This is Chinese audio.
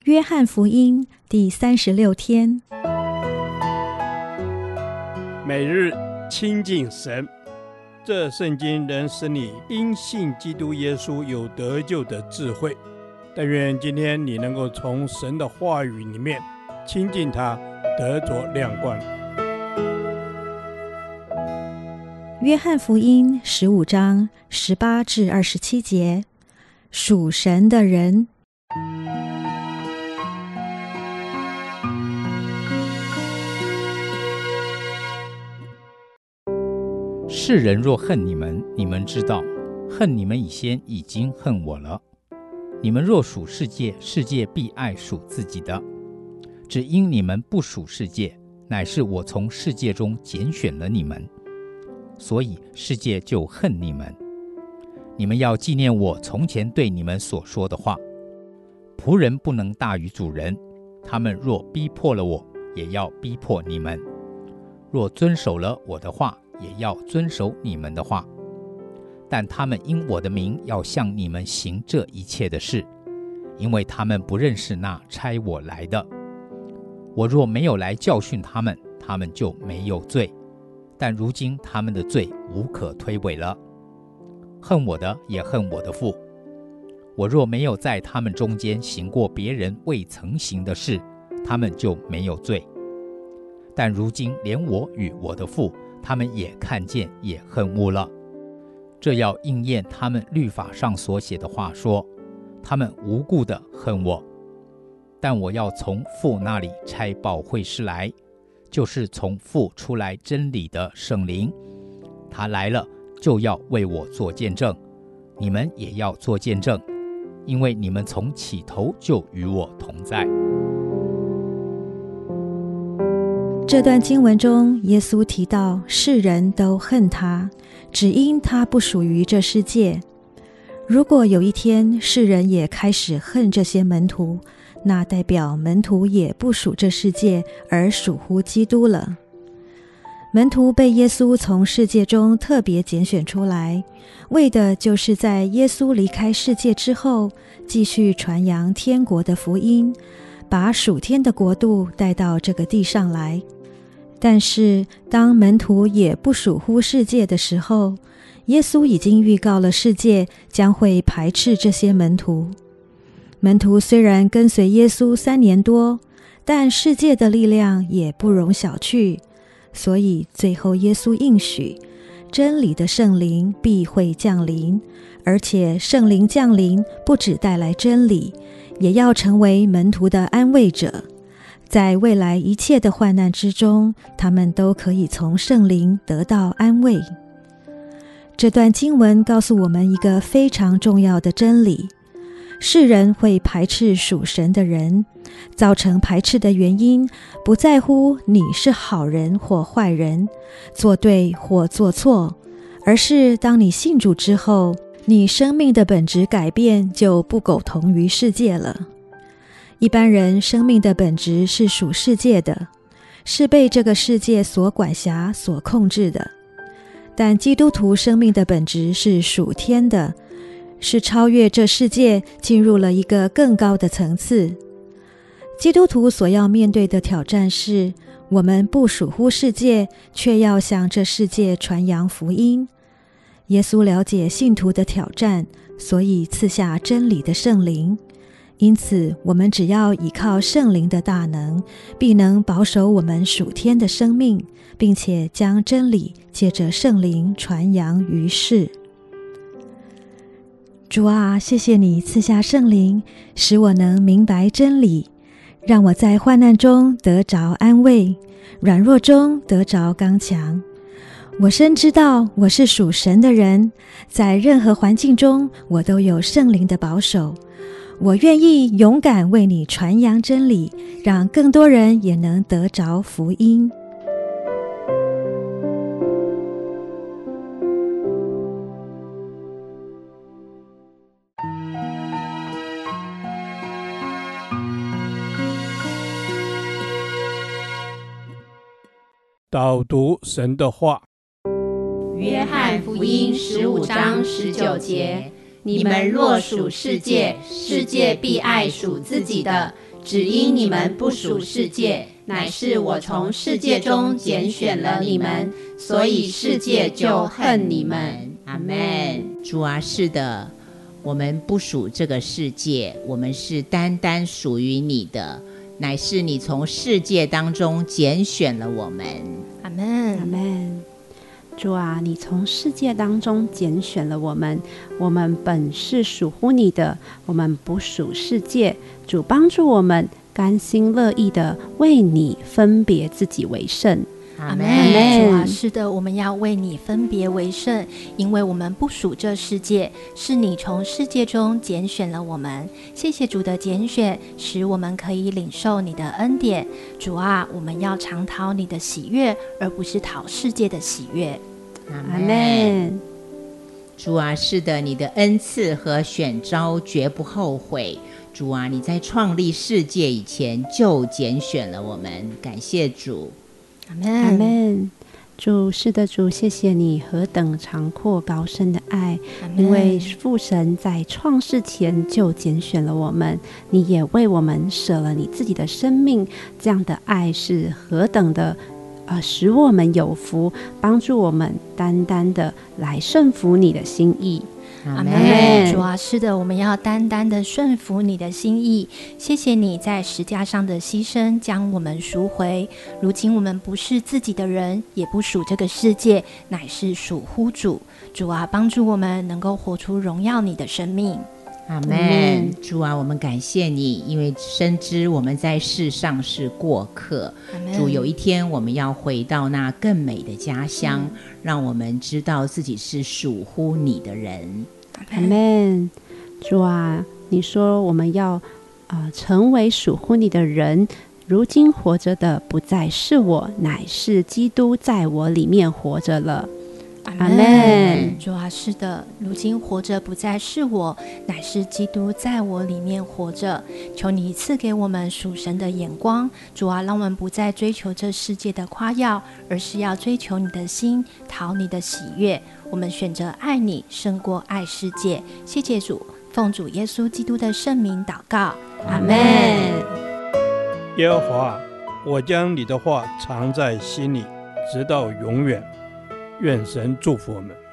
约翰福音第36天， 每日亲近神，这圣经能使你因信基督耶稣有得救的智慧。但愿今天你能够从神的话语里面亲近他，得着亮光。 约翰福音15章18至27节，属神的人。 世人若恨你们，你们知道，恨你们以先已经恨我了。你们若属世界，世界必爱属自己的。只因你们不属世界，乃是我从世界中拣选了你们，所以世界就恨你们。你们要纪念我从前对你们所说的话。仆人不能大于主人，他们若逼迫了我，也要逼迫你们；若遵守了我的话，也要遵守你们的话。但他们因我的名要向你们行这一切的事，因为他们不认识那差我来的。我若没有来教训他们，他们就没有罪，但如今他们的罪无可推诿了。恨我的也恨我的父。我若没有在他们中间行过别人未曾行的事，他们就没有罪。但如今连我与我的父，他们也看见，也恨恶了。这要应验他们律法上所写的话，说他们无故的恨我。但我要从父那里差保惠师来，就是从父出来真理的圣灵。他来了，就要为我做见证，你们也要做见证，因为你们从起头就与我同在。 这段经文中，耶稣提到世人都恨他，只因他不属于这世界。如果有一天世人也开始恨这些门徒，那代表门徒也不属这世界，而属乎基督了。门徒被耶稣从世界中特别拣选出来，为的就是在耶稣离开世界之后，继续传扬天国的福音，把属天的国度带到这个地上来。但是当门徒也不属乎世界的时候，耶稣已经预告了世界将会排斥这些门徒。门徒虽然跟随耶稣3年多，但世界的力量也不容小觑，所以最后耶稣应许，真理的圣灵必会降临，而且圣灵降临不只带来真理，也要成为门徒的安慰者。在未来一切的患难之中，他们都可以从圣灵得到安慰。这段经文告诉我们一个非常重要的真理：世人会排斥属神的人，造成排斥的原因不在乎你是好人或坏人，做对或做错，而是当你信主之后，你生命的本质改变，就不苟同于世界了。一般人生命的本质是属世界的，是被这个世界所管辖、所控制的。但基督徒生命的本质是属天的，是超越这世界，进入了一个更高的层次。基督徒所要面对的挑战是，我们不属乎世界，却要向这世界传扬福音。耶稣了解信徒的挑战，所以赐下真理的圣灵。因此，我们只要依靠圣灵的大能，必能保守我们属天的生命，并且将真理借着圣灵传扬于世。主啊，谢谢你赐下圣灵，使我能明白真理，让我在患难中得着安慰，软弱中得着刚强。我深知道我是属神的人，在任何环境中，我都有圣灵的保守。我愿意勇敢为你传扬真理，让更多人也能得着福音。 导读神的话。 约翰福音15章19节，你们若属世界，世界必爱属自己的； 只因你们不属世界，乃是我从世界中拣选了你们，所以世界就恨你们。 阿们。主啊，是的，我们不属这个世界，我们是单单属于你的，乃是你从世界当中拣选了我们。 阿们， 阿们。主啊，你从世界当中拣选了我们，我们本是属乎你的，我们不属世界。主帮助我们甘心乐意的为你分别自己为圣。 阿们。主啊，是的，我们要为你分别为圣，因为我们不属这世界，是你从世界中拣选了我们。谢谢主的拣选，使我们可以领受你的恩典。主啊，我们要常讨你的喜悦，而不是讨世界的喜悦。 阿们。 主啊，是的，你的恩赐和选召绝不后悔。主啊，你在创立世界以前就拣选了我们，感谢主。 阿们， 阿们。主，是的，主，谢谢你何等长阔高深的爱，因为父神在创世前就拣选了我们，你也为我们舍了你自己的生命，这样的爱是何等的使我们有福，帮助我们单单的来顺服你的心意。 阿们。主啊，是的，我们要单单的顺服你的心意。谢谢你在十架上的牺牲，将我们赎回。如今我们不是自己的人，也不属这个世界，乃是属乎主。主啊，帮助我们能够活出荣耀你的生命。 阿们。主啊，我们感谢你，因为深知我们在世上是过客。主，有一天我们要回到那更美的家乡，让我们知道自己是属乎你的人。 阿们。主啊，你说我们要成为属乎你的人，如今活着的不再是我，乃是基督在我里面活着了。 阿们。主啊，是的，如今活着不再是我，乃是基督在我里面活着。求你赐给我们属神的眼光，主啊，让我们不再追求这世界的夸耀，而是要追求你的心，讨你的喜悦。我们选择爱你胜过爱世界。谢谢主，奉主耶稣基督的圣名祷告。阿们。 耶和华，我将你的话藏在心里，直到永远。愿神祝福我们。